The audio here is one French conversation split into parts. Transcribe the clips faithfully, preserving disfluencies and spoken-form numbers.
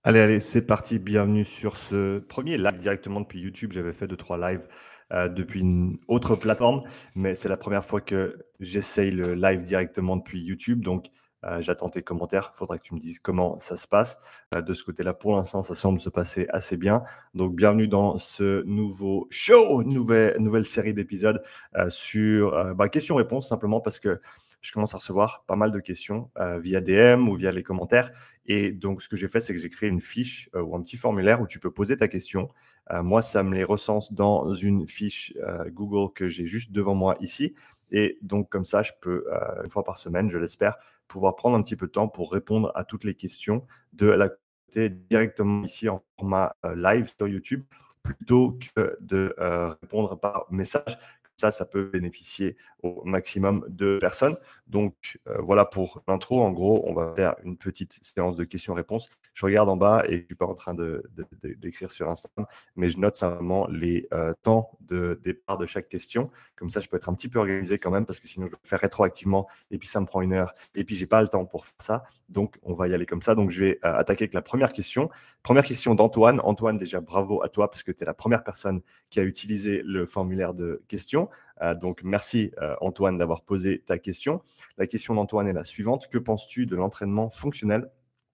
Allez, allez, c'est parti. Bienvenue sur ce premier live directement depuis YouTube. J'avais fait deux trois lives euh, depuis une autre plateforme, mais c'est la première fois que j'essaye le live directement depuis YouTube. Donc, euh, j'attends tes commentaires. Il faudra que tu me dises comment ça se passe. Euh, de ce côté-là, pour l'instant, ça semble se passer assez bien. Donc, bienvenue dans ce nouveau show, nouvelle, nouvelle série d'épisodes euh, sur euh, bah, questions-réponses, simplement parce que je commence à recevoir pas mal de questions euh, via D M ou via les commentaires. Et donc, ce que j'ai fait, c'est que j'ai créé une fiche euh, ou un petit formulaire où tu peux poser ta question. Euh, moi, ça me les recense dans une fiche euh, Google que j'ai juste devant moi ici. Et donc, comme ça, je peux, euh, une fois par semaine, je l'espère, pouvoir prendre un petit peu de temps pour répondre à toutes les questions de la communauté directement ici en format euh, live sur YouTube, plutôt que de euh, répondre par message. Ça, ça peut bénéficier au maximum de personnes. Donc, euh, voilà pour l'intro. En gros, on va faire une petite séance de questions-réponses. Je regarde en bas et je ne suis pas en train de, de, de, d'écrire sur Instagram, mais je note simplement les euh, temps de départ de chaque question. Comme ça, je peux être un petit peu organisé quand même, parce que sinon, je vais le faire rétroactivement et puis ça me prend une heure et puis je n'ai pas le temps pour faire ça. Donc, on va y aller comme ça. Donc, je vais euh, attaquer avec la première question. Première question d'Antoine. Antoine, déjà, bravo à toi, parce que tu es la première personne qui a utilisé le formulaire de questions. Euh, donc, merci euh, Antoine d'avoir posé ta question. La question d'Antoine est la suivante. Que penses-tu de l'entraînement fonctionnel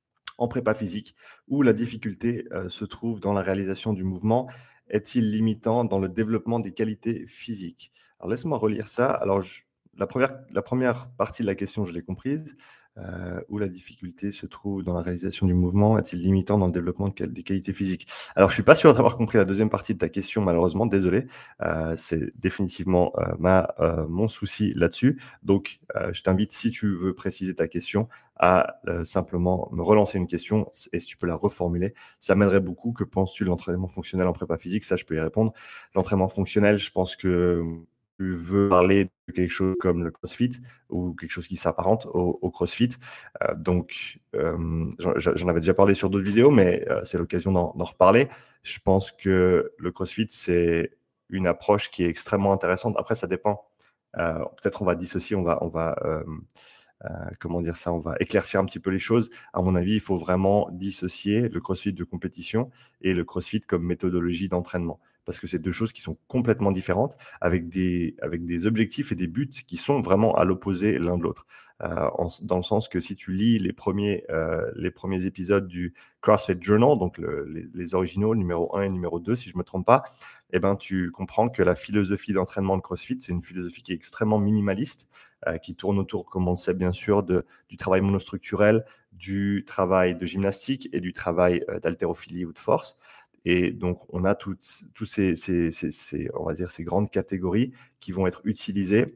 en prépa physique, où la difficulté euh, se trouve dans la réalisation du mouvement? Est-il limitant dans le développement des qualités physiques? Alors, laisse-moi relire ça. Alors, je- la, première, la première partie de la question, je l'ai comprise. Euh, où la difficulté se trouve dans la réalisation du mouvement? Est-il limitant dans le développement de qual- des qualités physiques? Alors, je suis pas sûr d'avoir compris la deuxième partie de ta question, malheureusement. Désolé. Euh, c'est définitivement euh, ma, euh, mon souci là-dessus. Donc, euh, je t'invite, si tu veux préciser ta question, à euh, simplement me relancer une question, et si tu peux la reformuler, ça m'aiderait beaucoup. Que penses-tu de l'entraînement fonctionnel en prépa physique? Ça, je peux y répondre. L'entraînement fonctionnel, je pense que tu veux parler de quelque chose comme le CrossFit ou quelque chose qui s'apparente au, au CrossFit. Euh, donc, euh, j'en j'en avais déjà parlé sur d'autres vidéos, mais euh, c'est l'occasion d'en d'en reparler. Je pense que le CrossFit, c'est une approche qui est extrêmement intéressante. Après, ça dépend. Euh, peut-être on va dissocier, on va, on va euh, euh, comment dire ça, on va éclaircir un petit peu les choses. À mon avis, il faut vraiment dissocier le CrossFit de compétition et le CrossFit comme méthodologie d'entraînement, parce que c'est deux choses qui sont complètement différentes, avec des, avec des objectifs et des buts qui sont vraiment à l'opposé l'un de l'autre. Euh, en- dans le sens que si tu lis les premiers, euh, les premiers épisodes du CrossFit Journal, donc le- les, les originaux, numéro un et numéro deux, si je ne me trompe pas, eh ben, tu comprends que la philosophie d'entraînement de CrossFit, c'est une philosophie qui est extrêmement minimaliste, euh, qui tourne autour, comme on le sait bien sûr, de, du travail monostructurel, du travail de gymnastique et du travail euh, d'haltérophilie ou de force. Et donc, on a toutes, tous ces, ces, ces, ces, on va dire, ces grandes catégories qui vont être utilisées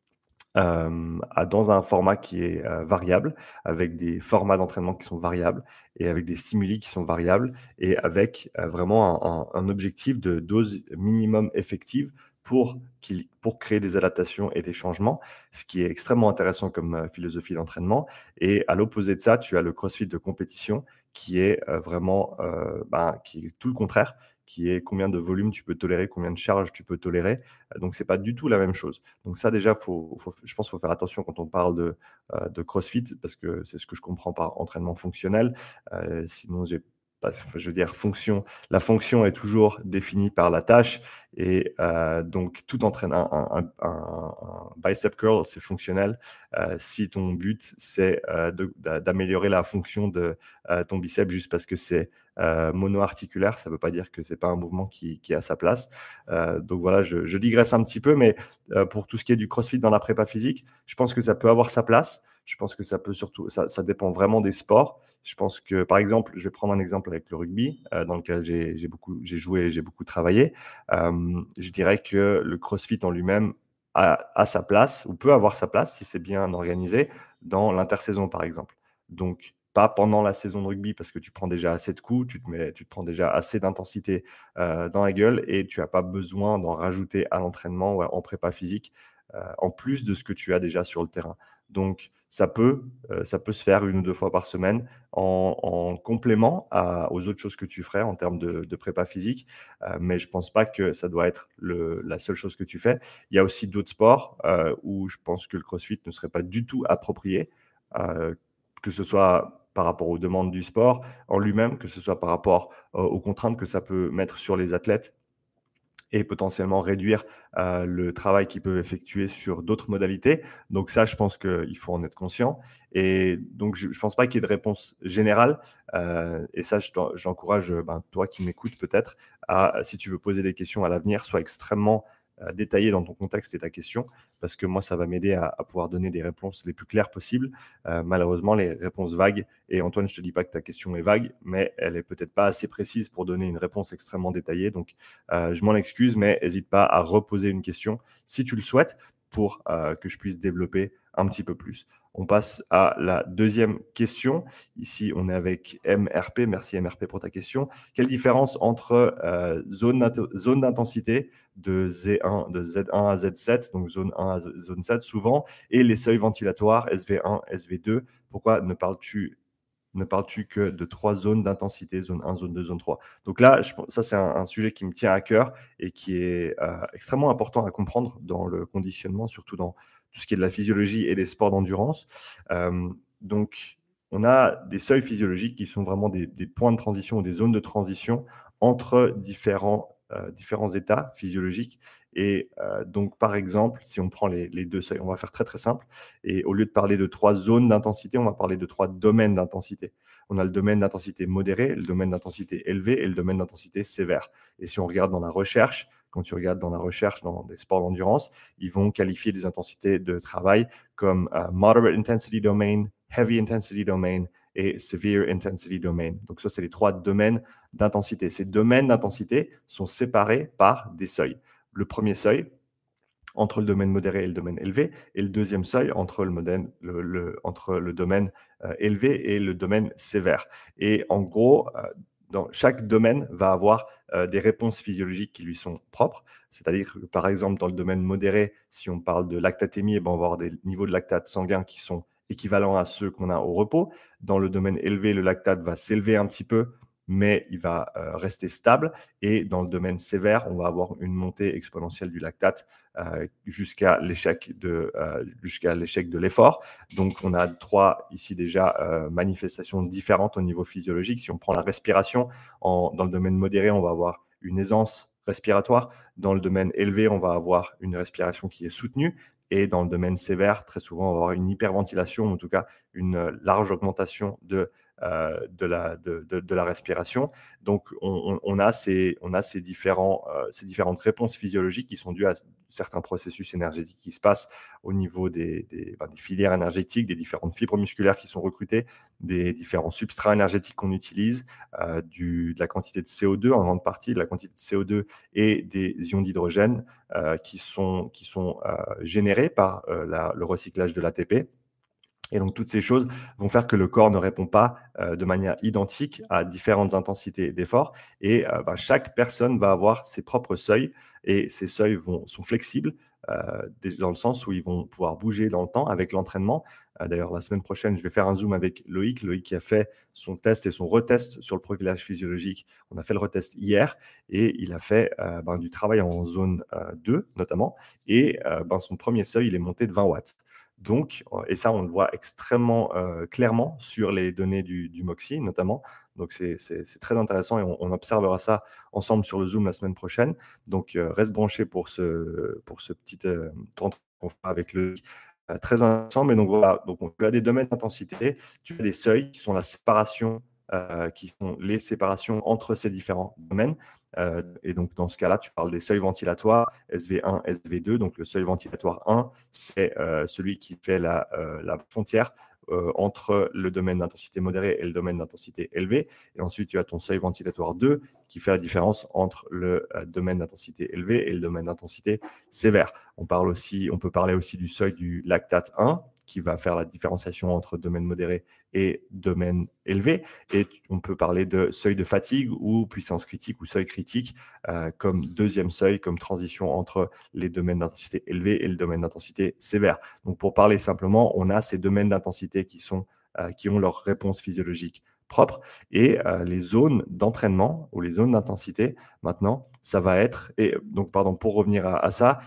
euh, à- dans un format qui est euh, variable, avec des formats d'entraînement qui sont variables et avec des stimuli qui sont variables et avec euh, vraiment un, un- un objectif de dose minimum effective pour, qu'il- pour créer des adaptations et des changements, ce qui est extrêmement intéressant comme euh, philosophie d'entraînement. Et à l'opposé de ça, tu as le CrossFit de compétition qui est euh, vraiment euh, ben, qui est tout le contraire, qui est combien de volume tu peux tolérer, combien de charges tu peux tolérer. Euh, Donc, c'est pas du tout la même chose. Donc ça déjà, faut, faut- je pense qu'il faut faire attention quand on parle de, euh, de CrossFit, parce que c'est ce que je comprends par entraînement fonctionnel. Euh, sinon, j'ai pas, enfin, je veux dire, fonction. La fonction est toujours définie par la tâche, et euh, donc tout entraîne un, un- un- un- un bicep curl, c'est fonctionnel. Euh, si ton but c'est euh, de- d'a- d'améliorer la fonction de euh, ton bicep juste parce que c'est euh, monoarticulaire, ça ne veut pas dire que c'est pas un mouvement qui, qui est à sa place. Euh, donc voilà, je, je digresse un petit peu, mais euh, pour tout ce qui est du CrossFit dans la prépa physique, je pense que ça peut avoir sa place. Je pense que ça peut surtout, ça, ça dépend vraiment des sports. Je pense que, par exemple, je vais prendre un exemple avec le rugby, euh, dans lequel j'ai j'ai beaucoup, j'ai joué et j'ai beaucoup travaillé. Euh, je dirais que le CrossFit en lui-même a, a sa place, ou peut avoir sa place si c'est bien organisé, dans l'intersaison, par exemple. Donc, pas pendant la saison de rugby, parce que tu prends déjà assez de coups, tu te, mets, tu te prends déjà assez d'intensité euh, dans la gueule, et tu n'as pas besoin d'en rajouter à l'entraînement ou en prépa physique, euh, en plus de ce que tu as déjà sur le terrain. Donc, ça peut, euh, ça peut se faire une ou deux fois par semaine en, en complément à- aux autres choses que tu ferais en termes de, de prépa physique, euh, mais je ne pense pas que ça doit être le- la seule chose que tu fais. Il y a aussi d'autres sports euh, où je pense que le CrossFit ne serait pas du tout approprié, euh, que ce soit par rapport aux demandes du sport en lui-même, que ce soit par rapport euh, aux contraintes que ça peut mettre sur les athlètes et potentiellement réduire euh, le travail qu'ils peuvent effectuer sur d'autres modalités. Donc ça, je pense qu'il faut en être conscient. Et donc, je ne pense pas qu'il y ait de réponse générale. Euh, et ça, je t'en- j'encourage ben, toi qui m'écoutes peut-être, à, si tu veux poser des questions à l'avenir, sois extrêmement euh, détaillé dans ton contexte et ta question, parce que moi, ça va m'aider à, à pouvoir donner des réponses les plus claires possibles. Euh, malheureusement, les réponses vagues, et Antoine, je ne te dis pas que ta question est vague, mais elle est peut-être pas assez précise pour donner une réponse extrêmement détaillée. Donc, euh, je m'en excuse, mais n'hésite pas à reposer une question si tu le souhaites pour euh, que je puisse développer un petit peu plus. On passe à la deuxième question. Ici, on est avec M R P. Merci M R P pour ta question. Quelle différence entre euh, zone, zone d'intensité de Z un, de Z un à Z sept, donc zone un à zone sept souvent, et les seuils ventilatoires S V un, S V deux? Pourquoi ne parles-tu ne parles-tu que de trois zones d'intensité, zone un, zone deux, zone trois? Donc là, je, ça, c'est un, un, sujet qui me tient à cœur et qui est euh, extrêmement important à comprendre dans le conditionnement, surtout dans tout ce qui est de la physiologie et des sports d'endurance. Euh, donc, on a des seuils physiologiques qui sont vraiment des, des points de transition ou des zones de transition entre différents, euh, différents états physiologiques. Et euh, donc, par exemple, si on prend les, les deux seuils, on va faire très, très simple. Et au lieu de parler de trois zones d'intensité, on va parler de trois domaines d'intensité. On a le domaine d'intensité modéré, le domaine d'intensité élevé et le domaine d'intensité sévère. Et si on regarde dans la recherche, quand tu regardes dans la recherche dans des sports d'endurance, ils vont qualifier des intensités de travail comme uh, moderate intensity domain, heavy intensity domain et severe intensity domain. Donc ça, c'est les trois domaines d'intensité. Ces domaines d'intensité sont séparés par des seuils. Le premier seuil, entre le domaine modéré et le domaine élevé, et le deuxième seuil entre le, modèle, le, le, entre le domaine euh, élevé et le domaine sévère. Et en gros, euh, dans chaque domaine va avoir euh, des réponses physiologiques qui lui sont propres. C'est-à-dire que, par exemple, dans le domaine modéré, si on parle de lactatémie, eh ben, on va avoir des niveaux de lactate sanguin qui sont équivalents à ceux qu'on a au repos. Dans le domaine élevé, le lactate va s'élever un petit peu, mais il va euh, rester stable. Et dans le domaine sévère, on va avoir une montée exponentielle du lactate euh, jusqu'à l'échec de, euh, jusqu'à l'échec de l'effort. Donc, on a trois ici déjà euh, manifestations différentes au niveau physiologique. Si on prend la respiration, en, dans le domaine modéré, on va avoir une aisance respiratoire. Dans le domaine élevé, on va avoir une respiration qui est soutenue. Et dans le domaine sévère, très souvent, on va avoir une hyperventilation, en tout cas une large augmentation de euh, de, la, de, de, de la respiration. Donc, on, on, a, ces, on a ces, différents, euh, ces différentes réponses physiologiques qui sont dues à certains processus énergétiques qui se passent au niveau des, des, ben, des filières énergétiques, des différentes fibres musculaires qui sont recrutées, des différents substrats énergétiques qu'on utilise, euh, du, de la quantité de C O deux en grande partie, de la quantité de C O deux et des ions d'hydrogène euh, qui sont, qui sont euh, générés par euh, la, le recyclage de l'A T P. Et donc, toutes ces choses vont faire que le corps ne répond pas euh, de manière identique à différentes intensités d'effort. Et euh, bah, chaque personne va avoir ses propres seuils. Et ces seuils vont, sont flexibles euh, dans le sens où ils vont pouvoir bouger dans le temps avec l'entraînement. Euh, D'ailleurs, la semaine prochaine, je vais faire un zoom avec Loïc. Loïc qui a fait son test et son retest sur le profilage physiologique. On a fait le retest hier et il a fait euh, ben, du travail en zone euh, deux notamment. Et euh, ben, son premier seuil, il est monté de vingt watts. Donc, et ça, on le voit extrêmement euh, clairement sur les données du, du Moxie, notamment. Donc, c'est très intéressant et on, on observera ça ensemble sur le Zoom la semaine prochaine. Donc, euh, reste branché pour ce, pour ce petit euh, temps qu'on fera avec le euh, très intéressant. Mais donc, voilà, donc, on, tu as des domaines d'intensité, tu as des seuils qui sont la séparation, euh, qui sont les séparations entre ces différents domaines. Euh, et donc, dans ce cas-là, tu parles des seuils ventilatoires, S V un, S V deux. Donc, le seuil ventilatoire un, c'est euh, celui qui fait la, euh, la frontière euh, entre le domaine d'intensité modérée et le domaine d'intensité élevée. Et ensuite, tu as ton seuil ventilatoire deux qui fait la différence entre le euh, domaine d'intensité élevée et le domaine d'intensité sévère. On, parle aussi, on peut parler aussi du seuil du lactate un, qui va faire la différenciation entre domaine modéré et domaine élevé. Et on peut parler de seuil de fatigue ou puissance critique ou seuil critique euh, comme deuxième seuil, comme transition entre les domaines d'intensité élevée et le domaine d'intensité sévère. Donc, pour parler simplement, on a ces domaines d'intensité qui, sont, euh, qui ont leur réponse physiologique propre. Et euh, les zones d'entraînement ou les zones d'intensité, maintenant, ça va être, et donc, pardon, pour revenir à, à ça,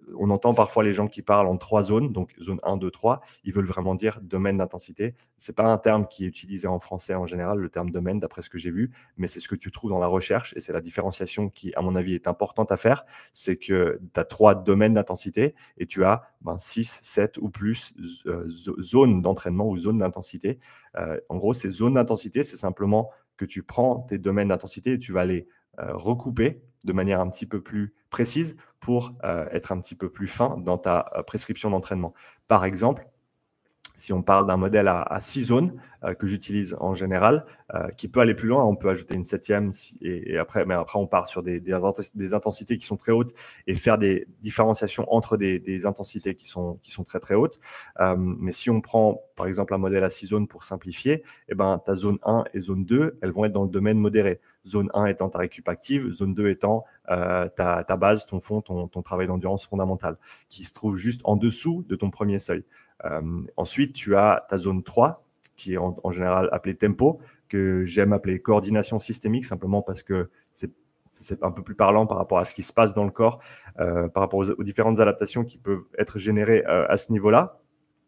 on entend parfois les gens qui parlent en trois zones, donc zone un, deux, trois, ils veulent vraiment dire domaine d'intensité. Ce n'est pas un terme qui est utilisé en français en général, le terme domaine, d'après ce que j'ai vu, mais c'est ce que tu trouves dans la recherche et c'est la différenciation qui, à mon avis, est importante à faire. C'est que tu as trois domaines d'intensité et tu as ben, six, sept ou plus euh, zones d'entraînement ou zones d'intensité. Euh, en gros, ces zones d'intensité, c'est simplement que tu prends tes domaines d'intensité et tu vas les euh, recouper de manière un petit peu plus précise pour euh, être un petit peu plus fin dans ta euh, prescription d'entraînement. Par exemple, si on parle d'un modèle à, à six zones euh, que j'utilise en général, euh, qui peut aller plus loin, on peut ajouter une septième et, et après, mais après on part sur des, des, des intensités qui sont très hautes et faire des différenciations entre des, des intensités qui sont, qui sont très très hautes. Euh, mais si on prend par exemple un modèle à six zones pour simplifier, eh ben, ta zone un et zone deux, elles vont être dans le domaine modéré. Zone un étant ta récup active, zone deux étant euh, ta, ta base, ton fond, ton, ton travail d'endurance fondamentale, qui se trouve juste en dessous de ton premier seuil. Euh, ensuite, tu as ta zone trois, qui est en, en général appelée tempo, que j'aime appeler coordination systémique, simplement parce que c'est c'est un peu plus parlant par rapport à ce qui se passe dans le corps, euh, par rapport aux, aux différentes adaptations qui peuvent être générées euh, à ce niveau-là.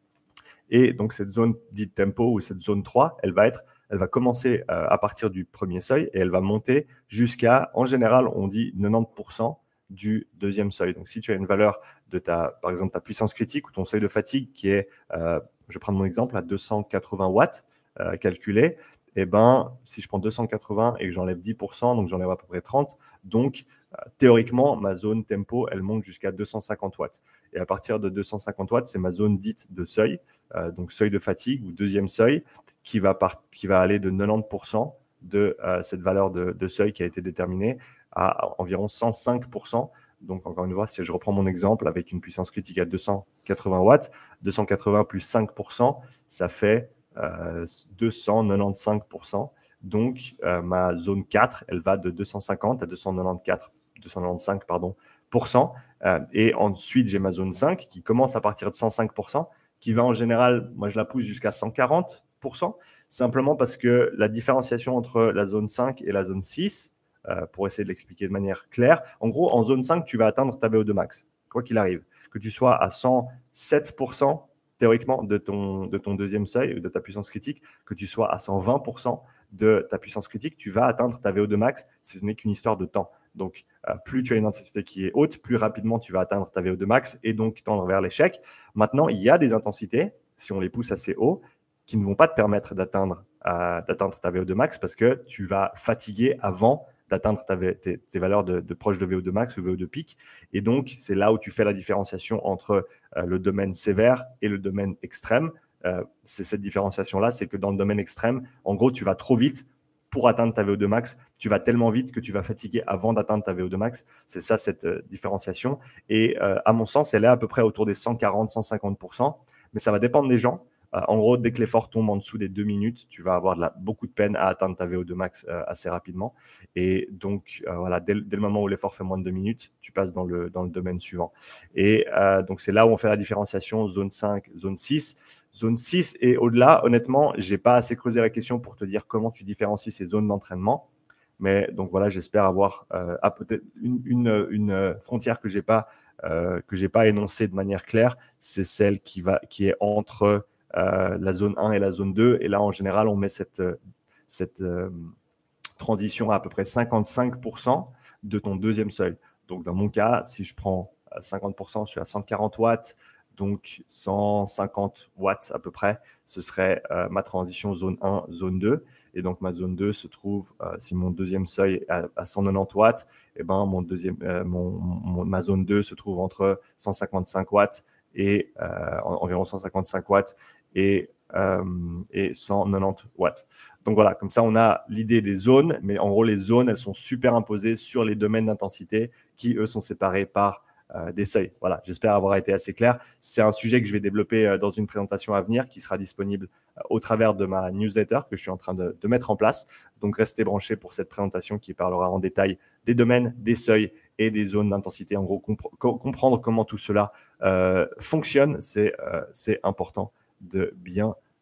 Et donc, cette zone dite tempo ou cette zone trois, elle va, être, elle va commencer euh, à partir du premier seuil et elle va monter jusqu'à, en général, on dit quatre-vingt-dix pour cent du deuxième seuil. Donc, si tu as une valeur de ta, par exemple, ta puissance critique ou ton seuil de fatigue qui est, euh, je vais prendre mon exemple, à deux cent quatre-vingts watts euh, calculé, et eh ben, si je prends deux cent quatre-vingts et que j'enlève dix pour cent, donc j'enlève à peu près trente, donc euh, théoriquement, ma zone tempo, elle monte jusqu'à deux cent cinquante watts. Et à partir de deux cent cinquante watts, c'est ma zone dite de seuil, euh, donc seuil de fatigue ou deuxième seuil, qui va, par, qui va aller de quatre-vingt-dix pour cent de euh, cette valeur de, de seuil qui a été déterminée à environ cent cinq pour cent. Donc, encore une fois, si je reprends mon exemple avec une puissance critique à deux cent quatre-vingts watts, deux cent quatre-vingts plus cinq pour cent, ça fait euh, deux cent quatre-vingt-quinze pour cent. Donc, euh, ma zone quatre, elle va de deux cent cinquante à deux cent quatre-vingt-quatorze, deux cent quatre-vingt-quinze pardon, pour cent. Euh, et ensuite, j'ai ma zone cinq qui commence à partir de cent cinq pour cent, qui va en général, moi je la pousse jusqu'à cent quarante pour cent, simplement parce que la différenciation entre la zone cinq et la zone six, euh, pour essayer de l'expliquer de manière claire, en gros, en zone cinq, tu vas atteindre ta V O deux max, quoi qu'il arrive. Que tu sois à cent sept pour cent théoriquement de ton, de ton deuxième seuil, de ta puissance critique, que tu sois à cent vingt pour cent de ta puissance critique, tu vas atteindre ta V O deux max, ce n'est qu'une histoire de temps. Donc, euh, plus tu as une intensité qui est haute, plus rapidement tu vas atteindre ta V O deux max et donc tendre vers l'échec. Maintenant, il y a des intensités, si on les pousse assez haut, qui ne vont pas te permettre d'atteindre euh, d'atteindre ta V O deux max parce que tu vas fatiguer avant d'atteindre tes, tes valeurs de, de proche de V O deux max ou V O deux pic. Et donc, c'est là où tu fais la différenciation entre euh, le domaine sévère et le domaine extrême. Euh, c'est cette différenciation-là, c'est que dans le domaine extrême, en gros, tu vas trop vite pour atteindre ta V O deux max. Tu vas tellement vite que tu vas fatiguer avant d'atteindre ta V O deux max. C'est ça, cette euh, différenciation. Et euh, à mon sens, elle est à peu près autour des cent quarante à cent cinquante pour cent. Mais ça va dépendre des gens. Euh, en gros, dès que l'effort tombe en dessous des deux minutes, tu vas avoir de la, beaucoup de peine à atteindre ta V O deux max euh, assez rapidement. Et donc, euh, voilà, dès, dès le moment où l'effort fait moins de deux minutes, tu passes dans le, dans le domaine suivant. Et euh, donc, c'est là où on fait la différenciation zone cinq, zone six. Zone six et au-delà, honnêtement, je n'ai pas assez creusé la question pour te dire comment tu différencies ces zones d'entraînement. Mais donc voilà, j'espère avoir euh, peut-être une, une, une frontière que je n'ai pas, euh, que j'ai pas énoncée de manière claire. C'est celle qui, va, qui est entre euh, la zone un et la zone deux. Et là, en général, on met cette, cette euh, transition à à peu près cinquante-cinq pour cent de ton deuxième seuil. Donc, dans mon cas, si je prends cinquante pour cent, je suis à cent quarante watts. Donc, cent cinquante watts à peu près, ce serait euh, ma transition zone un, zone deux. Et donc, ma zone deux se trouve, euh, si mon deuxième seuil est à, à cent quatre-vingt-dix watts, et ben, mon deuxième, euh, mon, mon, ma zone deux se trouve entre cent cinquante-cinq watts et euh, environ cent cinquante-cinq watts et, euh, et cent quatre-vingt-dix watts. Donc voilà, comme ça, on a l'idée des zones, mais en gros, les zones, elles sont superimposées sur les domaines d'intensité qui, eux, sont séparés par Euh, des seuils. Voilà, j'espère avoir été assez clair. C'est un sujet que je vais développer euh, dans une présentation à venir qui sera disponible euh, au travers de ma newsletter que je suis en train de, de mettre en place. Donc, restez branchés pour cette présentation qui parlera en détail des domaines, des seuils et des zones d'intensité. En gros, compre comprendre comment tout cela euh, fonctionne, c'est euh, c'est important de bien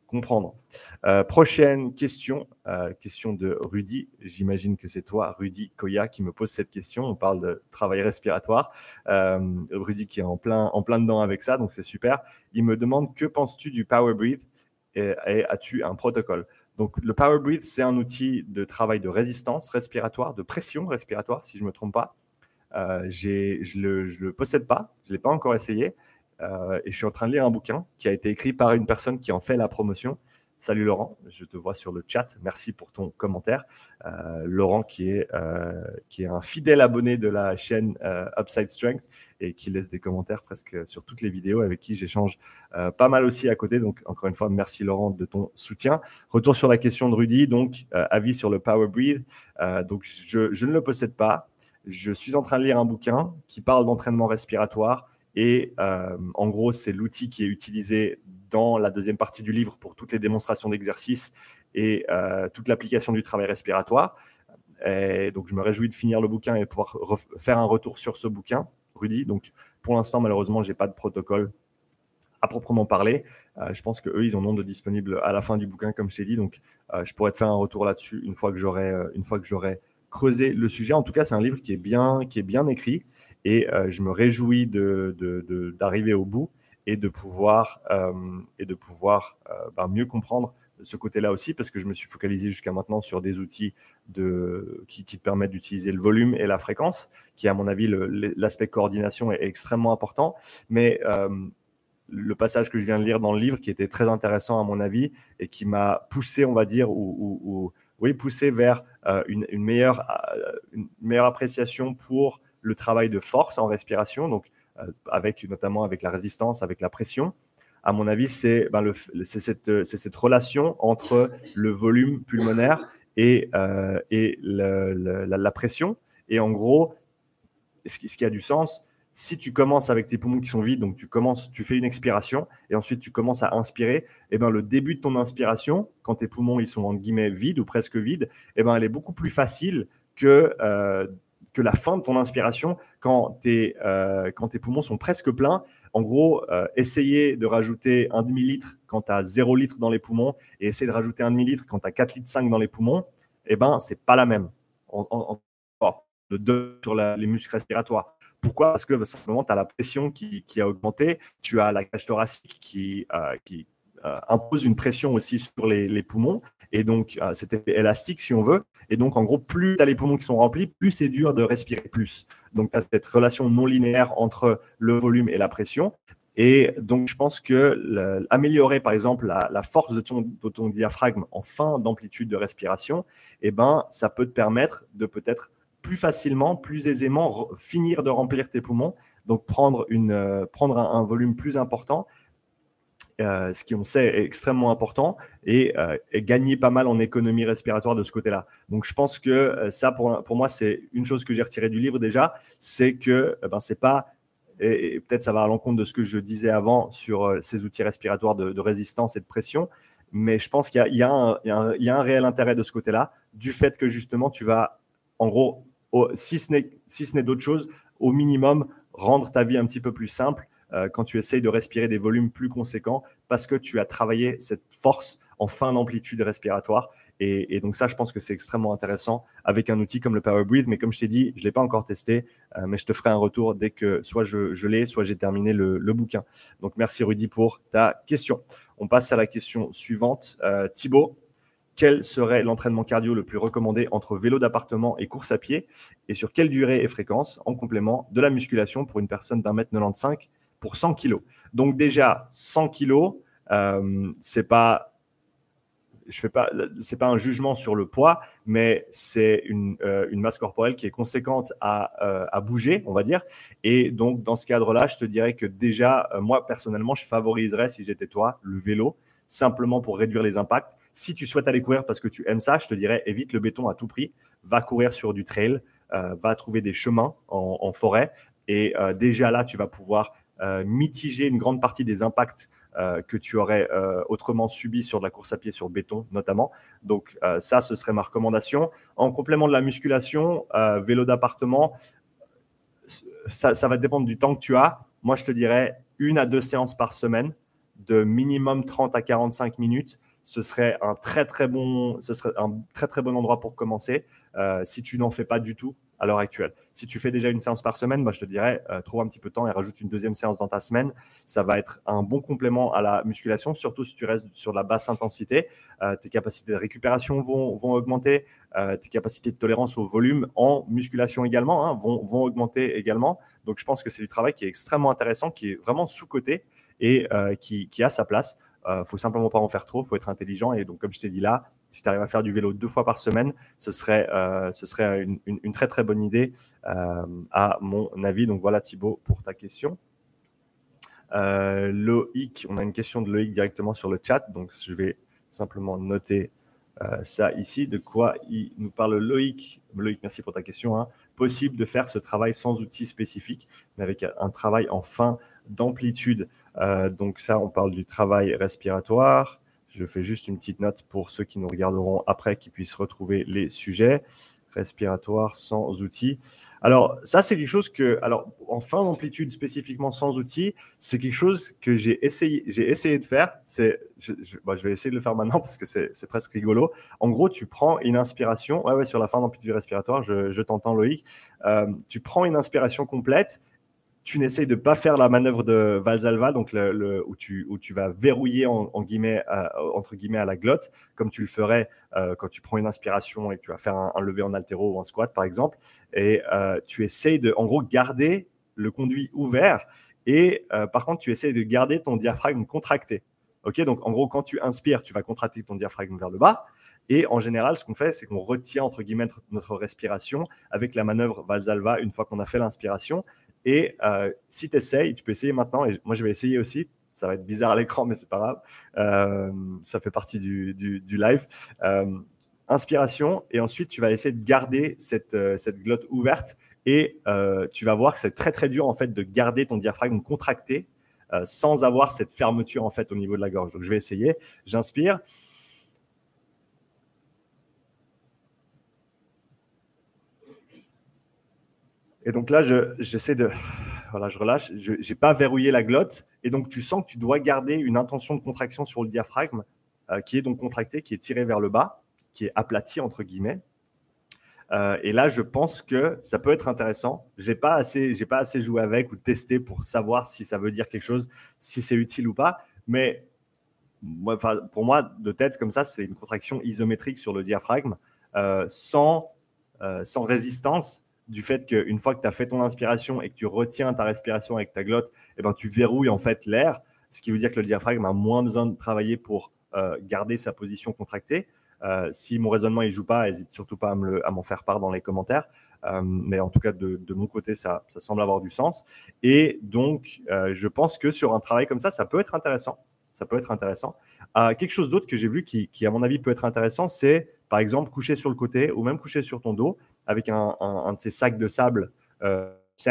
comprendre. Euh, prochaine question, euh, question de Rudy. J'imagine que c'est toi, Rudy Koya, qui me pose cette question. On parle de travail respiratoire. Euh, Rudy qui est en plein, en plein dedans avec ça, donc c'est super. Il me demande, que penses-tu du Power Breathe et, et as-tu un protocole? Donc le Power Breathe, c'est un outil de travail de résistance respiratoire, de pression respiratoire, si je ne me trompe pas. Euh, j'ai, je ne le, je le possède pas, je ne l'ai pas encore essayé. Euh, et je suis en train de lire un bouquin qui a été écrit par une personne qui en fait la promotion. Salut Laurent, je te vois sur le chat. Merci pour ton commentaire. Euh, Laurent qui est, euh, qui est un fidèle abonné de la chaîne euh, Upside Strength et qui laisse des commentaires presque sur toutes les vidéos, avec qui j'échange euh, pas mal aussi à côté. Donc encore une fois, merci Laurent de ton soutien. Retour sur la question de Rudy, donc euh, avis sur le Power Breathe. Euh, donc je, je ne le possède pas. Je suis en train de lire un bouquin qui parle d'entraînement respiratoire. Et euh, en gros, c'est l'outil qui est utilisé dans la deuxième partie du livre pour toutes les démonstrations d'exercice et euh, toute l'application du travail respiratoire. Et donc, je me réjouis de finir le bouquin et pouvoir faire un retour sur ce bouquin, Rudy. Donc, pour l'instant, malheureusement, je n'ai pas de protocole à proprement parler. Euh, je pense qu'eux, ils en ont de disponibles à la fin du bouquin, comme je t'ai dit. Donc, euh, je pourrais te faire un retour là-dessus une fois que j'aurai, euh, une fois que j'aurai creusé le sujet. En tout cas, c'est un livre qui est bien, qui est bien écrit. Et euh, je me réjouis de, de, de, d'arriver au bout et de pouvoir, euh, et de pouvoir euh, ben, mieux comprendre ce côté-là aussi, parce que je me suis focalisé jusqu'à maintenant sur des outils de, qui, qui permettent d'utiliser le volume et la fréquence, qui, à mon avis, le, l'aspect coordination est extrêmement important. Mais euh, le passage que je viens de lire dans le livre, qui était très intéressant à mon avis, et qui m'a poussé, on va dire, ou, ou, ou oui, poussé vers euh, une, une, meilleure, euh, une meilleure appréciation pour le travail de force en respiration, donc euh, avec, notamment avec la résistance, avec la pression. À mon avis, c'est, ben, le, c'est, cette, c'est cette relation entre le volume pulmonaire et, euh, et le, le, la, la pression. Et en gros, ce qui, ce qui a du sens, si tu commences avec tes poumons qui sont vides, donc tu commences, tu fais une expiration et ensuite tu commences à inspirer, et ben le début de ton inspiration, quand tes poumons ils sont en guillemets vides ou presque vides, et ben elle est beaucoup plus facile que euh, que la fin de ton inspiration quand tes euh, quand tes poumons sont presque pleins. En gros, euh, essayer de rajouter un demi-litre quand tu as zéro litre dans les poumons et essayer de rajouter un demi-litre quand tu as quatre litres cinq dans les poumons, et ben c'est pas la même. En, en, en, de deux sur la, les muscles respiratoires. Pourquoi? Parce que simplement, tu as la pression qui, qui a augmenté, tu as la cage thoracique qui, euh, qui euh, impose une pression aussi sur les, les poumons, et donc euh, c'est élastique si on veut, et donc en gros, plus tu as les poumons qui sont remplis, plus c'est dur de respirer plus. Donc tu as cette relation non linéaire entre le volume et la pression, et donc je pense que le, améliorer par exemple la, la force de ton, de ton diaphragme en fin d'amplitude de respiration, eh ben, ça peut te permettre de peut-être plus facilement, plus aisément finir de remplir tes poumons, donc prendre, une, euh, prendre un, un volume plus important, euh, ce qui on sait est extrêmement important, et, euh, et gagner pas mal en économie respiratoire de ce côté-là. Donc je pense que euh, ça, pour, pour moi, c'est une chose que j'ai retirée du livre déjà, c'est que euh, ben, c'est pas, et, et peut-être ça va à l'encontre de ce que je disais avant sur euh, ces outils respiratoires de, de résistance et de pression, mais je pense qu'il y a, il y a, un, il y a, un, il y a un réel intérêt de ce côté-là, du fait que justement tu vas, en gros, au, si ce n'est, si ce n'est d'autre chose, au minimum, rendre ta vie un petit peu plus simple euh, quand tu essayes de respirer des volumes plus conséquents, parce que tu as travaillé cette force en fin d'amplitude respiratoire. Et, et donc ça, je pense que c'est extrêmement intéressant avec un outil comme le Power Breathe. Mais comme je t'ai dit, je ne l'ai pas encore testé, euh, mais je te ferai un retour dès que soit je, je l'ai, soit j'ai terminé le, le bouquin. Donc merci Rudy pour ta question. On passe à la question suivante. Euh, Thibaut, quel serait l'entraînement cardio le plus recommandé entre vélo d'appartement et course à pied, et sur quelle durée et fréquence, en complément de la musculation pour une personne d'un mètre quatre-vingt-quinze pour cent kilos? Donc déjà, cent kilos, euh, c'est pas... Je fais pas, c'est pas un jugement sur le poids, mais c'est une, euh, une masse corporelle qui est conséquente à, euh, à bouger, on va dire. Et donc, dans ce cadre-là, je te dirais que déjà, euh, moi, personnellement, je favoriserais, si j'étais toi, le vélo, simplement pour réduire les impacts. Si tu souhaites aller courir parce que tu aimes ça, je te dirais, évite le béton à tout prix. Va courir sur du trail, euh, va trouver des chemins en, en forêt. Et euh, déjà là, tu vas pouvoir euh, mitiger une grande partie des impacts Euh, que tu aurais euh, autrement subi sur de la course à pied sur béton notamment. Donc euh, ça, ce serait ma recommandation. En complément de la musculation, euh, vélo d'appartement, ça, ça va dépendre du temps que tu as. Moi, je te dirais une à deux séances par semaine. de minimum trente à quarante-cinq minutes, ce serait un très très bon, ce serait un très très bon endroit pour commencer euh, si tu n'en fais pas du tout à l'heure actuelle. Si tu fais déjà une séance par semaine, bah, je te dirais, euh, trouve un petit peu de temps et rajoute une deuxième séance dans ta semaine. Ça va être un bon complément à la musculation, surtout si tu restes sur la basse intensité. Euh, tes capacités de récupération vont, vont augmenter, euh, tes capacités de tolérance au volume en musculation également hein, vont, vont augmenter également. Donc, je pense que c'est du travail qui est extrêmement intéressant, qui est vraiment sous-coté et euh, qui, qui a sa place. Il euh, ne faut simplement pas en faire trop, il faut être intelligent. Et donc, comme je t'ai dit là, si tu arrives à faire du vélo deux fois par semaine, ce serait, euh, ce serait une, une, une très très bonne idée euh, à mon avis. Donc voilà Thibaut pour ta question. Euh, Loïc, on a une question de Loïc directement sur le chat, donc je vais simplement noter euh, ça ici. De quoi il nous parle Loïc? Loïc, merci pour ta question. Hein. Possible de faire ce travail sans outils spécifiques, mais avec un travail en fin d'amplitude. Euh, donc ça, on parle du travail respiratoire. Je fais juste une petite note pour ceux qui nous regarderont après, qui puissent retrouver les sujets. Respiratoire sans outils. Alors, ça, c'est quelque chose que, alors, en fin d'amplitude, spécifiquement sans outils, c'est quelque chose que j'ai essayé, j'ai essayé de faire. C'est, je, je, bah, je vais essayer de le faire maintenant parce que c'est, c'est presque rigolo. En gros, tu prends une inspiration, ouais, ouais, sur la fin d'amplitude respiratoire, je, je t'entends, Loïc. Euh, tu prends une inspiration complète. Tu n'essayes de ne pas faire la manœuvre de Valsalva, donc le, le, où, tu, où tu vas verrouiller en, en guillemets, euh, entre guillemets à la glotte, comme tu le ferais euh, quand tu prends une inspiration et que tu vas faire un, un lever en haltéro ou un squat, par exemple. Et euh, tu essayes de, en gros, garder le conduit ouvert. Et euh, par contre, tu essayes de garder ton diaphragme contracté. Okay, donc, en gros, quand tu inspires, tu vas contracter ton diaphragme vers le bas. Et en général, ce qu'on fait, c'est qu'on retient, entre guillemets, notre respiration avec la manœuvre Valsalva une fois qu'on a fait l'inspiration. Et euh, si tu essayes, tu peux essayer maintenant, et moi je vais essayer aussi, ça va être bizarre à l'écran, mais c'est pas grave, euh, ça fait partie du, du, du live. Euh, inspiration, et ensuite tu vas essayer de garder cette, euh, cette glotte ouverte, et euh, tu vas voir que c'est très très dur en fait de garder ton diaphragme contracté euh, sans avoir cette fermeture en fait au niveau de la gorge. Donc je vais essayer, j'inspire. Et donc là, je, j'essaie de, voilà, je relâche. Je n'ai pas verrouillé la glotte. Et donc, tu sens que tu dois garder une intention de contraction sur le diaphragme euh, qui est donc contracté, qui est tiré vers le bas, qui est aplati, entre guillemets. Euh, et là, je pense que ça peut être intéressant. Je n'ai pas assez, j'ai pas assez joué avec ou testé pour savoir si ça veut dire quelque chose, si c'est utile ou pas. Mais moi, pour moi, de tête, comme ça, c'est une contraction isométrique sur le diaphragme euh, sans, euh, sans résistance, du fait qu'une fois que tu as fait ton inspiration et que tu retiens ta respiration avec ta glotte, eh ben, tu verrouilles en fait l'air, ce qui veut dire que le diaphragme a moins besoin de travailler pour euh, garder sa position contractée. Euh, si mon raisonnement ne joue pas, n'hésite surtout pas à, me le, à m'en faire part dans les commentaires. Euh, mais en tout cas, de, de mon côté, ça, ça semble avoir du sens. Et donc, euh, je pense que sur un travail comme ça, ça peut être intéressant. Ça peut être intéressant. Euh, quelque chose d'autre que j'ai vu qui, qui, à mon avis, peut être intéressant, c'est par exemple coucher sur le côté ou même coucher sur ton dos avec un, un, un de ces sacs de sable euh,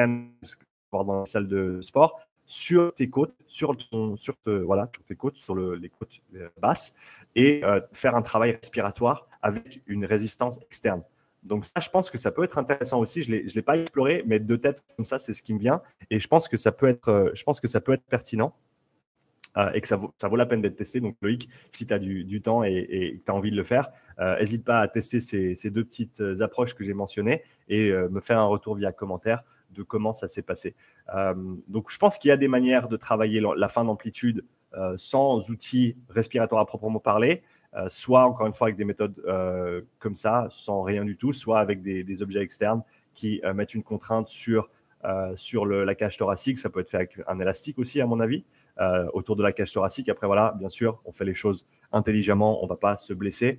dans la salle de sport sur tes côtes, sur, ton, sur, te, voilà, sur tes côtes, sur le, les côtes basses et euh, faire un travail respiratoire avec une résistance externe. Donc ça, je pense que ça peut être intéressant aussi. Je ne l'ai pas exploré, mais de tête comme ça, c'est ce qui me vient. Et je pense que ça peut être, euh, je pense que ça peut être pertinent. Euh, et que ça vaut, ça vaut la peine d'être testé. Donc, Loïc, si tu as du, du temps et, et que tu as envie de le faire, n'hésite euh, pas à tester ces, ces deux petites approches que j'ai mentionnées et euh, me faire un retour via commentaire de comment ça s'est passé. Euh, donc, je pense qu'il y a des manières de travailler la fin d'amplitude euh, sans outils respiratoires à proprement parler, euh, soit, encore une fois, avec des méthodes euh, comme ça, sans rien du tout, soit avec des, des objets externes qui euh, mettent une contrainte sur, euh, sur le, la cage thoracique. Ça peut être fait avec un élastique aussi, à mon avis. Euh, autour de la cage thoracique. Après, voilà, bien sûr, on fait les choses intelligemment, on ne va pas se blesser.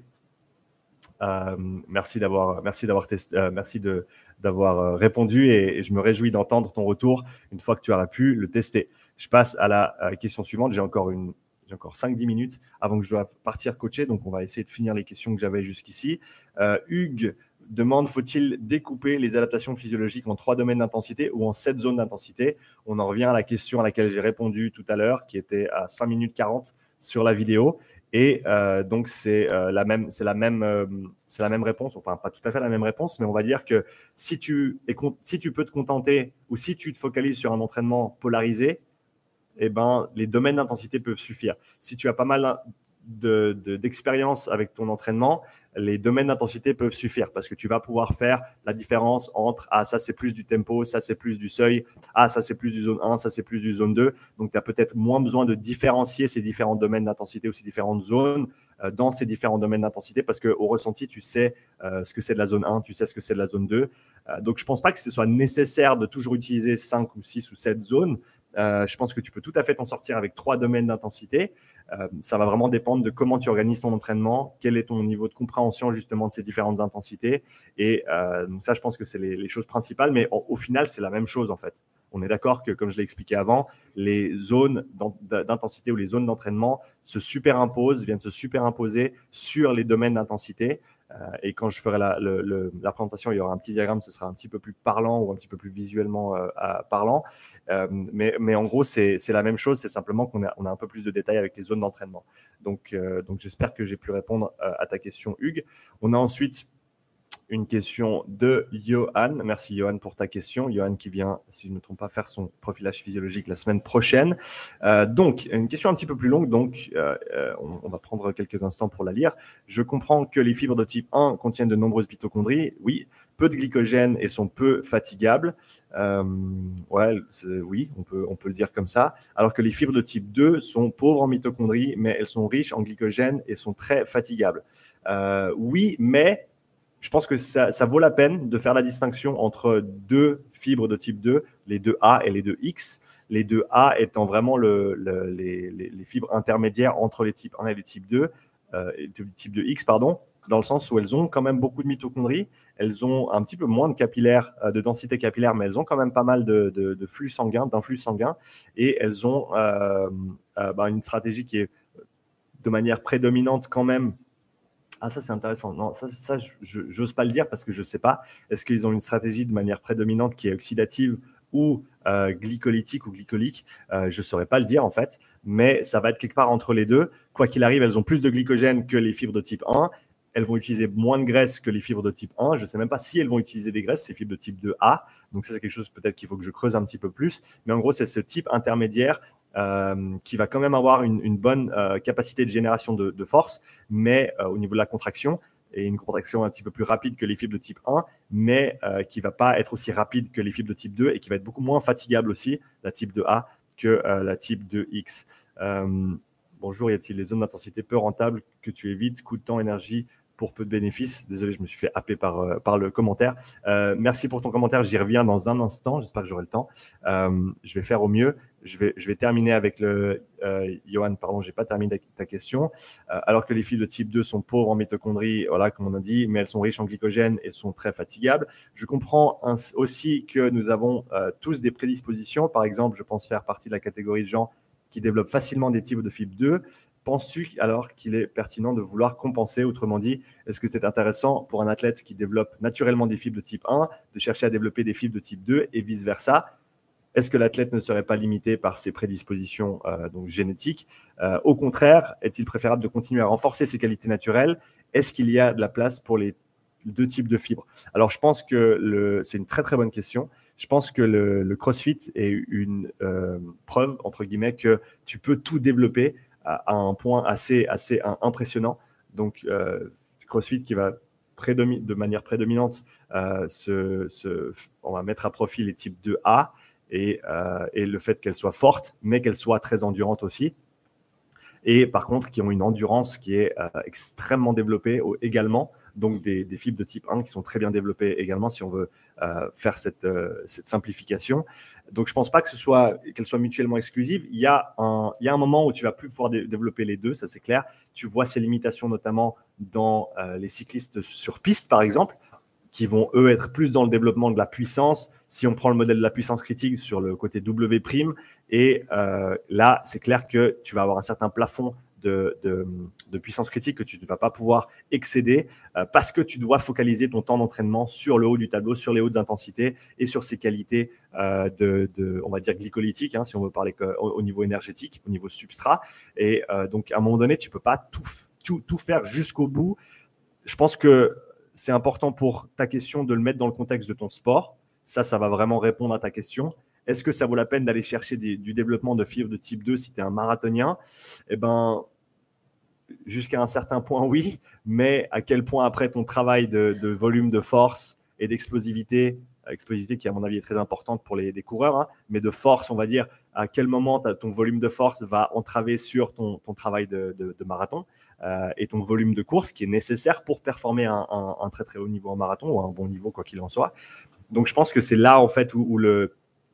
Euh, merci d'avoir, merci d'avoir testé, euh, merci de, d'avoir euh, répondu et, et je me réjouis d'entendre ton retour une fois que tu auras pu le tester. Je passe à la à la question suivante. J'ai encore une, j'ai encore cinq dix minutes avant que je doive partir coacher, donc on va essayer de finir les questions que j'avais jusqu'ici. Euh, Hugues demande, faut-il découper les adaptations physiologiques en trois domaines d'intensité ou en sept zones d'intensité? On en revient à la question à laquelle j'ai répondu tout à l'heure, qui était à cinq minutes quarante sur la vidéo. Et euh, donc, c'est euh, la même, c'est la même, euh, c'est la même réponse. Enfin, pas tout à fait la même réponse, mais on va dire que si tu, es, si tu peux te contenter ou si tu te focalises sur un entraînement polarisé, eh ben, les domaines d'intensité peuvent suffire. Si tu as pas mal de, de, d'expérience avec ton entraînement, les domaines d'intensité peuvent suffire parce que tu vas pouvoir faire la différence entre ah, ça c'est plus du tempo, ça c'est plus du seuil, ah, ça c'est plus du zone un, ça c'est plus du zone deux. Donc, tu as peut-être moins besoin de différencier ces différents domaines d'intensité ou ces différentes zones euh, dans ces différents domaines d'intensité parce qu'au ressenti, tu sais euh, ce que c'est de la zone un, tu sais ce que c'est de la zone deux. Euh, donc, je ne pense pas que ce soit nécessaire de toujours utiliser cinq ou six ou sept zones. Euh, je pense que tu peux tout à fait t'en sortir avec trois domaines d'intensité. Euh, ça va vraiment dépendre de comment tu organises ton entraînement, quel est ton niveau de compréhension justement de ces différentes intensités. Et euh, donc ça, je pense que c'est les, les choses principales. Mais au, au final, c'est la même chose en fait. On est d'accord que, comme je l'ai expliqué avant, les zones d'intensité ou les zones d'entraînement se superimposent, viennent se superimposer sur les domaines d'intensité. Euh, et quand je ferai la, le, le, la présentation, il y aura un petit diagramme, ce sera un petit peu plus parlant ou un petit peu plus visuellement euh, parlant. Euh, mais, mais en gros, c'est la même chose, c'est simplement qu'on a, on a un peu plus de détails avec les zones d'entraînement. Donc, euh, donc j'espère que j'ai pu répondre euh, à ta question, Hugues. On a ensuite une question de Johan. Merci Johan pour ta question. Johan qui vient, si je ne me trompe pas, faire son profilage physiologique la semaine prochaine. Euh, donc, une question un petit peu plus longue, donc euh, on, on va prendre quelques instants pour la lire. Je comprends que les fibres de type un contiennent de nombreuses mitochondries. Oui, peu de glycogène et sont peu fatigables. Euh, ouais, oui, on peut, on peut le dire comme ça. Alors que les fibres de type deux sont pauvres en mitochondries, mais elles sont riches en glycogène et sont très fatigables. Euh, oui, mais je pense que ça, ça vaut la peine de faire la distinction entre deux fibres de type deux, les deux A et les deux X. Les deux A étant vraiment le, le, les, les, les fibres intermédiaires entre les types un et les types deux, euh, et le type deux X, pardon, dans le sens où elles ont quand même beaucoup de mitochondries, elles ont un petit peu moins de capillaires, euh, de densité capillaire, mais elles ont quand même pas mal de, de, de flux sanguin, d'influx sanguin, et elles ont euh, euh, bah, une stratégie qui est de manière prédominante quand même. Ah, ça, c'est intéressant. Non, ça, ça je n'ose pas le dire parce que je ne sais pas. Est-ce qu'ils ont une stratégie de manière prédominante qui est oxydative ou euh, glycolytique ou glycolique? euh, Je ne saurais pas le dire en fait, mais ça va être quelque part entre les deux. Quoi qu'il arrive, elles ont plus de glycogène que les fibres de type un. Elles vont utiliser moins de graisse que les fibres de type un. Je ne sais même pas si elles vont utiliser des graisses, ces fibres de type deux A. Donc ça, c'est quelque chose peut-être qu'il faut que je creuse un petit peu plus. Mais en gros, c'est ce type intermédiaire Euh, qui va quand même avoir une, une bonne euh, capacité de génération de, de force, mais euh, au niveau de la contraction, et une contraction un petit peu plus rapide que les fibres de type un, mais euh, qui ne va pas être aussi rapide que les fibres de type deux et qui va être beaucoup moins fatigable aussi, la type deux A, que euh, la type deux X. Euh, bonjour, y a-t-il des zones d'intensité peu rentables que tu évites, coût de temps, énergie pour peu de bénéfices? Désolé, je me suis fait happer par, euh, par le commentaire. Euh, merci pour ton commentaire, j'y reviens dans un instant, j'espère que j'aurai le temps. Euh, je vais faire au mieux. Je vais, je vais terminer avec le… Euh, Johan, pardon, je n'ai pas terminé ta question. Euh, alors que les fibres de type deux sont pauvres en mitochondries, voilà, comme on a dit, mais elles sont riches en glycogène et sont très fatigables. Je comprends un, aussi que nous avons euh, tous des prédispositions. Par exemple, je pense faire partie de la catégorie de gens qui développent facilement des types de fibre deux. Penses-tu alors qu'il est pertinent de vouloir compenser? Autrement dit, est-ce que c'est intéressant pour un athlète qui développe naturellement des fibres de type un de chercher à développer des fibres de type deux et vice-versa? Est-ce que l'athlète ne serait pas limité par ses prédispositions euh, donc génétiques? euh, Au contraire, est-il préférable de continuer à renforcer ses qualités naturelles? Est-ce qu'il y a de la place pour les deux types de fibres? Alors, je pense que c'est une très, très bonne question. Je pense que le, le CrossFit est une euh, preuve, entre guillemets, que tu peux tout développer à, à un point assez, assez impressionnant. Donc, euh, CrossFit qui va de manière prédominante, euh, se, se, on va mettre à profit les types deux A. Et, euh, et le fait qu'elle soit forte, mais qu'elle soit très endurante aussi. Et par contre, qui ont une endurance qui est euh, extrêmement développée également, donc des, des fibres de type un qui sont très bien développées également si on veut euh, faire cette, euh, cette simplification. Donc, je ne pense pas que ce soit, qu'elles soient mutuellement exclusives. Il y, a un, il y a un moment où tu ne vas plus pouvoir dé développer les deux, ça c'est clair. Tu vois ces limitations notamment dans euh, les cyclistes sur piste, par exemple, qui vont, eux, être plus dans le développement de la puissance. Si on prend le modèle de la puissance critique sur le côté W', et euh, là, c'est clair que tu vas avoir un certain plafond de, de, de puissance critique que tu ne vas pas pouvoir excéder euh, parce que tu dois focaliser ton temps d'entraînement sur le haut du tableau, sur les hautes intensités et sur ses qualités euh, de, de, on va dire, glycolytiques, hein, si on veut parler au, au niveau énergétique, au niveau substrat. Et euh, donc, à un moment donné, tu ne peux pas tout, tout, tout faire jusqu'au bout. Je pense que c'est important pour ta question de le mettre dans le contexte de ton sport. Ça, ça va vraiment répondre à ta question. est-ce que ça vaut la peine d'aller chercher des, du développement de fibres de type deux si tu es un marathonien? Eh ben, jusqu'à un certain point, oui, mais à quel point après ton travail de, de volume de force et d'explosivité, explosivité qui à mon avis est très importante pour les, les coureurs, hein, mais de force, on va dire, à quel moment ton volume de force va entraver sur ton, ton travail de, de, de marathon euh, et ton volume de course qui est nécessaire pour performer un, un, un très très haut niveau en marathon ou un bon niveau quoi qu'il en soit. Donc je pense que c'est là en fait où, où le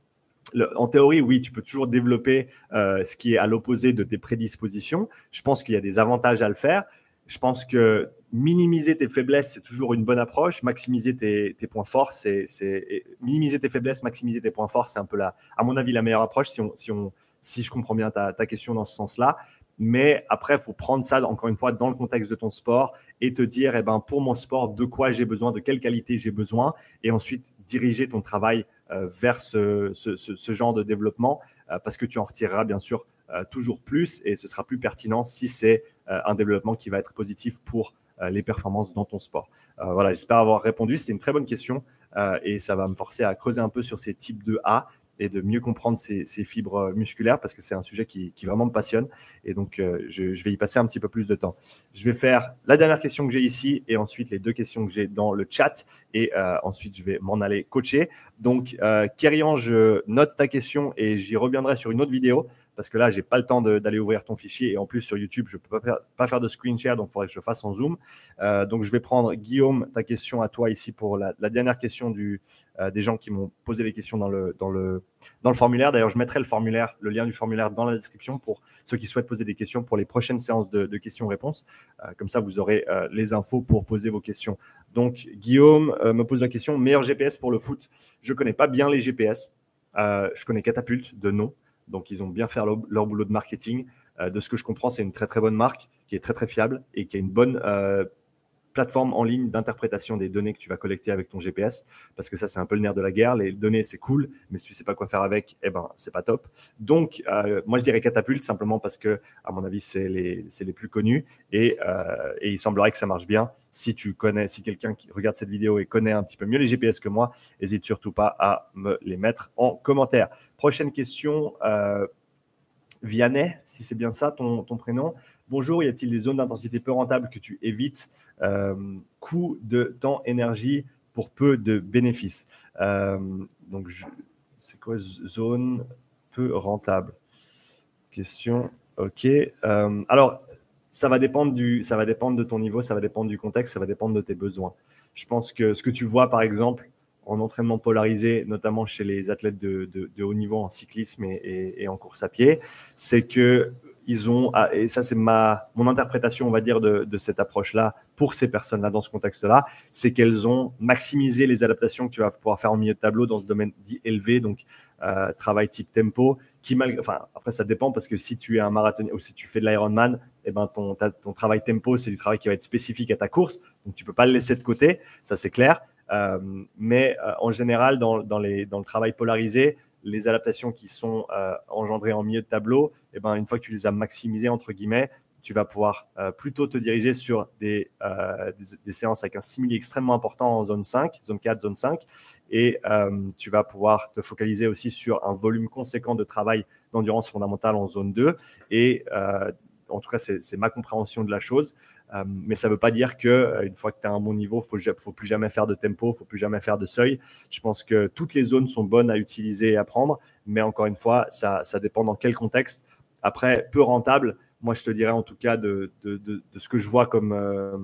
Le, en théorie, oui, tu peux toujours développer euh, ce qui est à l'opposé de tes prédispositions. Je pense qu'il y a des avantages à le faire. Je pense que minimiser tes faiblesses, c'est toujours une bonne approche. Maximiser tes, tes points forts, c'est, c'est minimiser tes faiblesses, maximiser tes points forts, c'est un peu la, à mon avis, la meilleure approche si on, si on, si je comprends bien ta, ta question dans ce sens-là. Mais après, il faut prendre ça, encore une fois, dans le contexte de ton sport et te dire, eh ben, pour mon sport, de quoi j'ai besoin, de quelle qualité j'ai besoin, et ensuite diriger ton travail euh, vers ce, ce, ce, ce genre de développement euh, parce que tu en retireras bien sûr euh, toujours plus et ce sera plus pertinent si c'est euh, un développement qui va être positif pour euh, les performances dans ton sport. Euh, voilà, j'espère avoir répondu. C'était une très bonne question euh, et ça va me forcer à creuser un peu sur ces types de A et de mieux comprendre ces, ces fibres musculaires parce que c'est un sujet qui, qui vraiment me passionne et donc euh, je, je vais y passer un petit peu plus de temps. Je vais faire la dernière question que j'ai ici et ensuite les deux questions que j'ai dans le chat et euh, ensuite je vais m'en aller coacher. Donc euh, Kérian, je note ta question et j'y reviendrai sur une autre vidéo parce que là, j'ai pas le temps de, d'aller ouvrir ton fichier et en plus sur YouTube, je peux pas faire, pas faire de screen share, donc il faudrait que je le fasse en Zoom. Euh, donc je vais prendre Guillaume, ta question à toi ici pour la, la dernière question du, euh, des gens qui m'ont posé les questions dans le, dans le, dans le formulaire. D'ailleurs, je mettrai le formulaire, le lien du formulaire dans la description pour ceux qui souhaitent poser des questions pour les prochaines séances de, de questions-réponses. Euh, comme ça, vous aurez euh, les infos pour poser vos questions. Donc Guillaume euh, me pose la question, meilleur G P S pour le foot? Je connais pas bien les G P S. Euh, je connais Catapulte de nom. Donc, ils ont bien fait leur, leur boulot de marketing. Euh, de ce que je comprends, c'est une très, très bonne marque qui est très, très fiable et qui a une bonne euh, plateforme en ligne d'interprétation des données que tu vas collecter avec ton G P S. Parce que ça, c'est un peu le nerf de la guerre. Les données, c'est cool, mais si tu ne sais pas quoi faire avec, eh ben, c'est pas top. Donc, euh, moi, je dirais Catapulte simplement parce que, à mon avis, c'est les, c'est les plus connus et, euh, et il semblerait que ça marche bien. Si tu connais, si quelqu'un qui regarde cette vidéo et connaît un petit peu mieux les G P S que moi, n'hésite surtout pas à me les mettre en commentaire. Prochaine question, euh, Vianney, si c'est bien ça ton, ton prénom. Bonjour, y a-t-il des zones d'intensité peu rentables que tu évites? euh, Coût de temps, énergie pour peu de bénéfices. Euh, donc, je, c'est quoi zone peu rentable? Question, ok. Euh, alors, ça va dépendre du, ça va dépendre de ton niveau, ça va dépendre du contexte, ça va dépendre de tes besoins. Je pense que ce que tu vois, par exemple, en entraînement polarisé, notamment chez les athlètes de, de, de haut niveau en cyclisme et, et, et en course à pied, c'est que ils ont, et ça c'est ma, mon interprétation, on va dire, de, de cette approche-là pour ces personnes-là dans ce contexte-là, c'est qu'elles ont maximisé les adaptations que tu vas pouvoir faire en milieu de tableau dans ce domaine dit élevé, donc euh, travail type tempo, qui malgré, enfin après ça dépend parce que si tu es un marathonien ou si tu fais de l'Ironman, eh ben ton, ta, ton travail tempo c'est du travail qui va être spécifique à ta course, donc tu peux pas le laisser de côté, ça c'est clair. Euh, mais euh, en général dans, dans, les, dans le travail polarisé, les adaptations qui sont euh, engendrées en milieu de tableau, eh ben, une fois que tu les as maximisées, entre guillemets, tu vas pouvoir euh, plutôt te diriger sur des, euh, des, des séances avec un stimuli extrêmement important en zone cinq, zone quatre, zone cinq, et euh, tu vas pouvoir te focaliser aussi sur un volume conséquent de travail d'endurance fondamentale en zone deux. Et euh, en tout cas, c'est, c'est ma compréhension de la chose. Euh, mais ça ne veut pas dire qu'une euh, fois que tu as un bon niveau, il ne faut plus jamais faire de tempo, il ne faut plus jamais faire de seuil. Je pense que toutes les zones sont bonnes à utiliser et à prendre, mais encore une fois, ça, ça dépend dans quel contexte. Après, peu rentable, moi je te dirais en tout cas de, de, de, de ce que je vois comme, euh,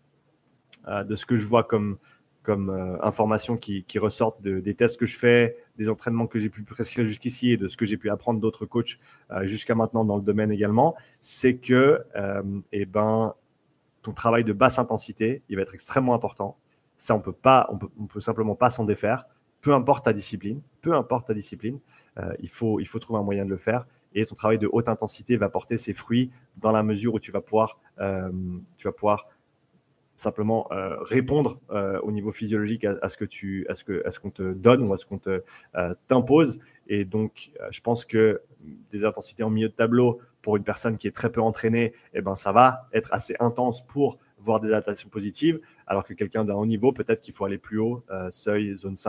de ce que je vois comme, comme euh, informations qui, qui ressortent de, des tests que je fais, des entraînements que j'ai pu prescrire jusqu'ici et de ce que j'ai pu apprendre d'autres coachs euh, jusqu'à maintenant dans le domaine également, c'est que euh, eh ben, ton travail de basse intensité, il va être extrêmement important. Ça, on peut pas, on peut, on peut simplement pas s'en défaire. Peu importe ta discipline, peu importe ta discipline, euh, il faut, il faut trouver un moyen de le faire. Et ton travail de haute intensité va porter ses fruits dans la mesure où tu vas pouvoir, euh, tu vas pouvoir simplement euh, répondre euh, au niveau physiologique à, à ce que tu, à ce que, à ce qu'on te donne ou à ce qu'on te euh, t'impose. Et donc, euh, je pense que des intensités en milieu de tableau pour une personne qui est très peu entraînée, eh ben, ça va être assez intense pour voir des adaptations positives, alors que quelqu'un d'un haut niveau, peut-être qu'il faut aller plus haut, euh, seuil, zone cinq,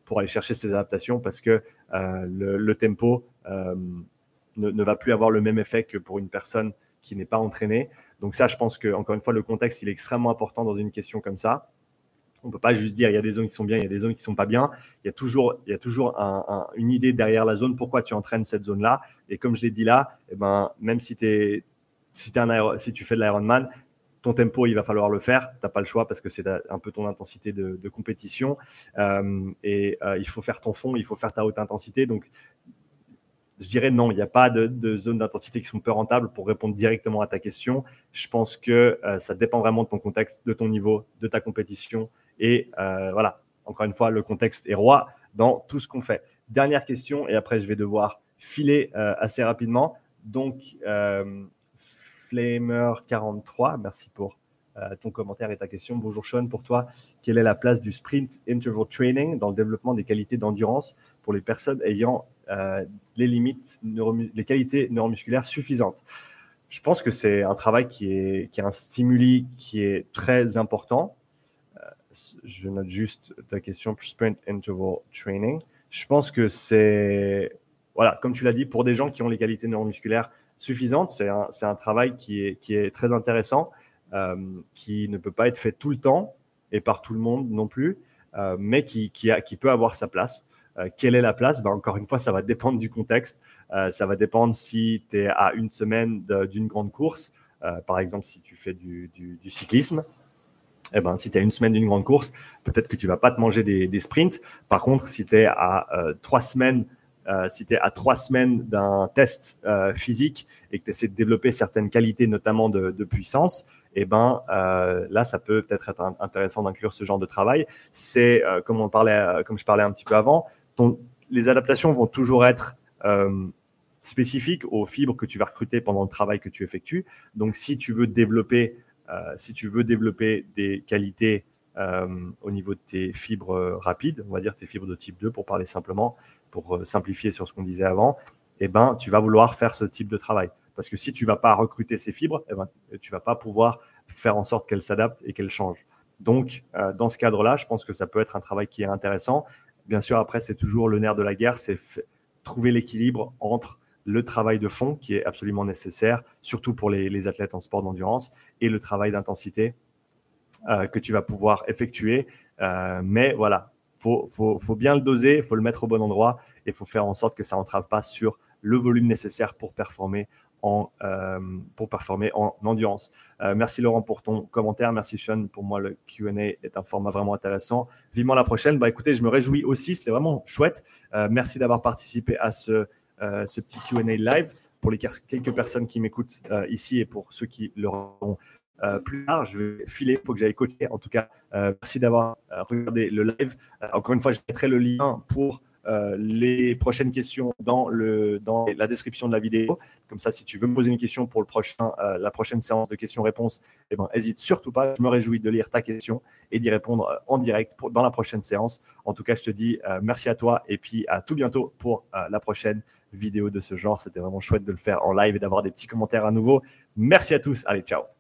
pour aller chercher ces adaptations parce que euh, le, le tempo euh, ne, ne va plus avoir le même effet que pour une personne qui n'est pas entraînée. Donc ça, je pense que, encore une fois, le contexte, il est extrêmement important dans une question comme ça. On ne peut pas juste dire il y a des zones qui sont bien, il y a des zones qui ne sont pas bien. Il y a toujours, il y a toujours un, un, une idée derrière la zone, pourquoi tu entraînes cette zone-là. Et comme je l'ai dit là, eh ben, même si, t'es, si, t'es un aéro, si tu fais de l'Ironman, ton tempo, il va falloir le faire. Tu n'as pas le choix parce que c'est un peu ton intensité de, de compétition. Euh, et euh, il faut faire ton fond, il faut faire ta haute intensité. Donc, je dirais non, il n'y a pas de, de zones d'intensité qui sont peu rentables pour répondre directement à ta question. Je pense que euh, ça dépend vraiment de ton contexte, de ton niveau, de ta compétition. Et euh, voilà, encore une fois, le contexte est roi dans tout ce qu'on fait. Dernière question, et après, je vais devoir filer euh, assez rapidement. Donc, euh, Flamer quarante-trois, merci pour euh, ton commentaire et ta question. Bonjour Sean, pour toi, quelle est la place du sprint interval training dans le développement des qualités d'endurance pour les personnes ayant euh, les limites, les qualités neuromusculaires suffisantes? Je pense que c'est un travail qui est, qui est un stimuli qui est très important. Je note juste ta question, sprint interval training. Je pense que c'est, voilà, comme tu l'as dit, pour des gens qui ont les qualités neuromusculaires suffisantes, c'est un, c'est un travail qui est, qui est très intéressant, euh, qui ne peut pas être fait tout le temps et par tout le monde non plus, euh, mais qui, qui, a, qui peut avoir sa place. Euh, quelle est la place? Ben, encore une fois, ça va dépendre du contexte. Euh, ça va dépendre si tu es à une semaine de, d'une grande course, euh, par exemple si tu fais du, du, du cyclisme. Eh ben, si tu as une semaine d'une grande course, peut-être que tu ne vas pas te manger des, des sprints. Par contre, si tu es à euh, trois semaines, euh, si tu es à trois semaines d'un test euh, physique et que tu essaies de développer certaines qualités, notamment de, de puissance, eh ben, euh, là, ça peut peut-être être intéressant d'inclure ce genre de travail. C'est, euh, comme, on parlait, euh, comme je parlais un petit peu avant, ton, les adaptations vont toujours être euh, spécifiques aux fibres que tu vas recruter pendant le travail que tu effectues. Donc, si tu veux développer Euh, si tu veux développer des qualités euh, au niveau de tes fibres euh, rapides, on va dire tes fibres de type deux pour parler simplement, pour euh, simplifier sur ce qu'on disait avant, eh ben, tu vas vouloir faire ce type de travail. Parce que si tu ne vas pas recruter ces fibres, eh ben, tu ne vas pas pouvoir faire en sorte qu'elles s'adaptent et qu'elles changent. Donc, euh, dans ce cadre-là, je pense que ça peut être un travail qui est intéressant. Bien sûr, après, c'est toujours le nerf de la guerre, c'est f- trouver l'équilibre entre le travail de fond qui est absolument nécessaire, surtout pour les, les athlètes en sport d'endurance, et le travail d'intensité euh, que tu vas pouvoir effectuer. Euh, mais voilà, il faut, faut, faut bien le doser, il faut le mettre au bon endroit et il faut faire en sorte que ça n'entrave pas sur le volume nécessaire pour performer en, euh, pour performer en endurance. Euh, merci Laurent pour ton commentaire. Merci Sean. Pour moi, le Q and A est un format vraiment intéressant. Vivement la prochaine. Bah, écoutez, je me réjouis aussi. C'était vraiment chouette. Euh, merci d'avoir participé à ce Euh, ce petit Q and A live pour les quelques personnes qui m'écoutent euh, ici et pour ceux qui le auront euh, plus tard. Je vais filer, il faut que j'aille coacher. En tout cas, euh, merci d'avoir euh, regardé le live. Euh, encore une fois, je mettrai le lien pour euh, les prochaines questions dans, le, dans la description de la vidéo. Comme ça, si tu veux me poser une question pour le prochain, euh, la prochaine séance de questions-réponses, eh ben, hésite surtout pas. Je me réjouis de lire ta question et d'y répondre euh, en direct pour, dans la prochaine séance. En tout cas, je te dis euh, merci à toi et puis à tout bientôt pour euh, la prochaine vidéo de ce genre. C'était vraiment chouette de le faire en live et d'avoir des petits commentaires à nouveau. Merci à tous. Allez, ciao.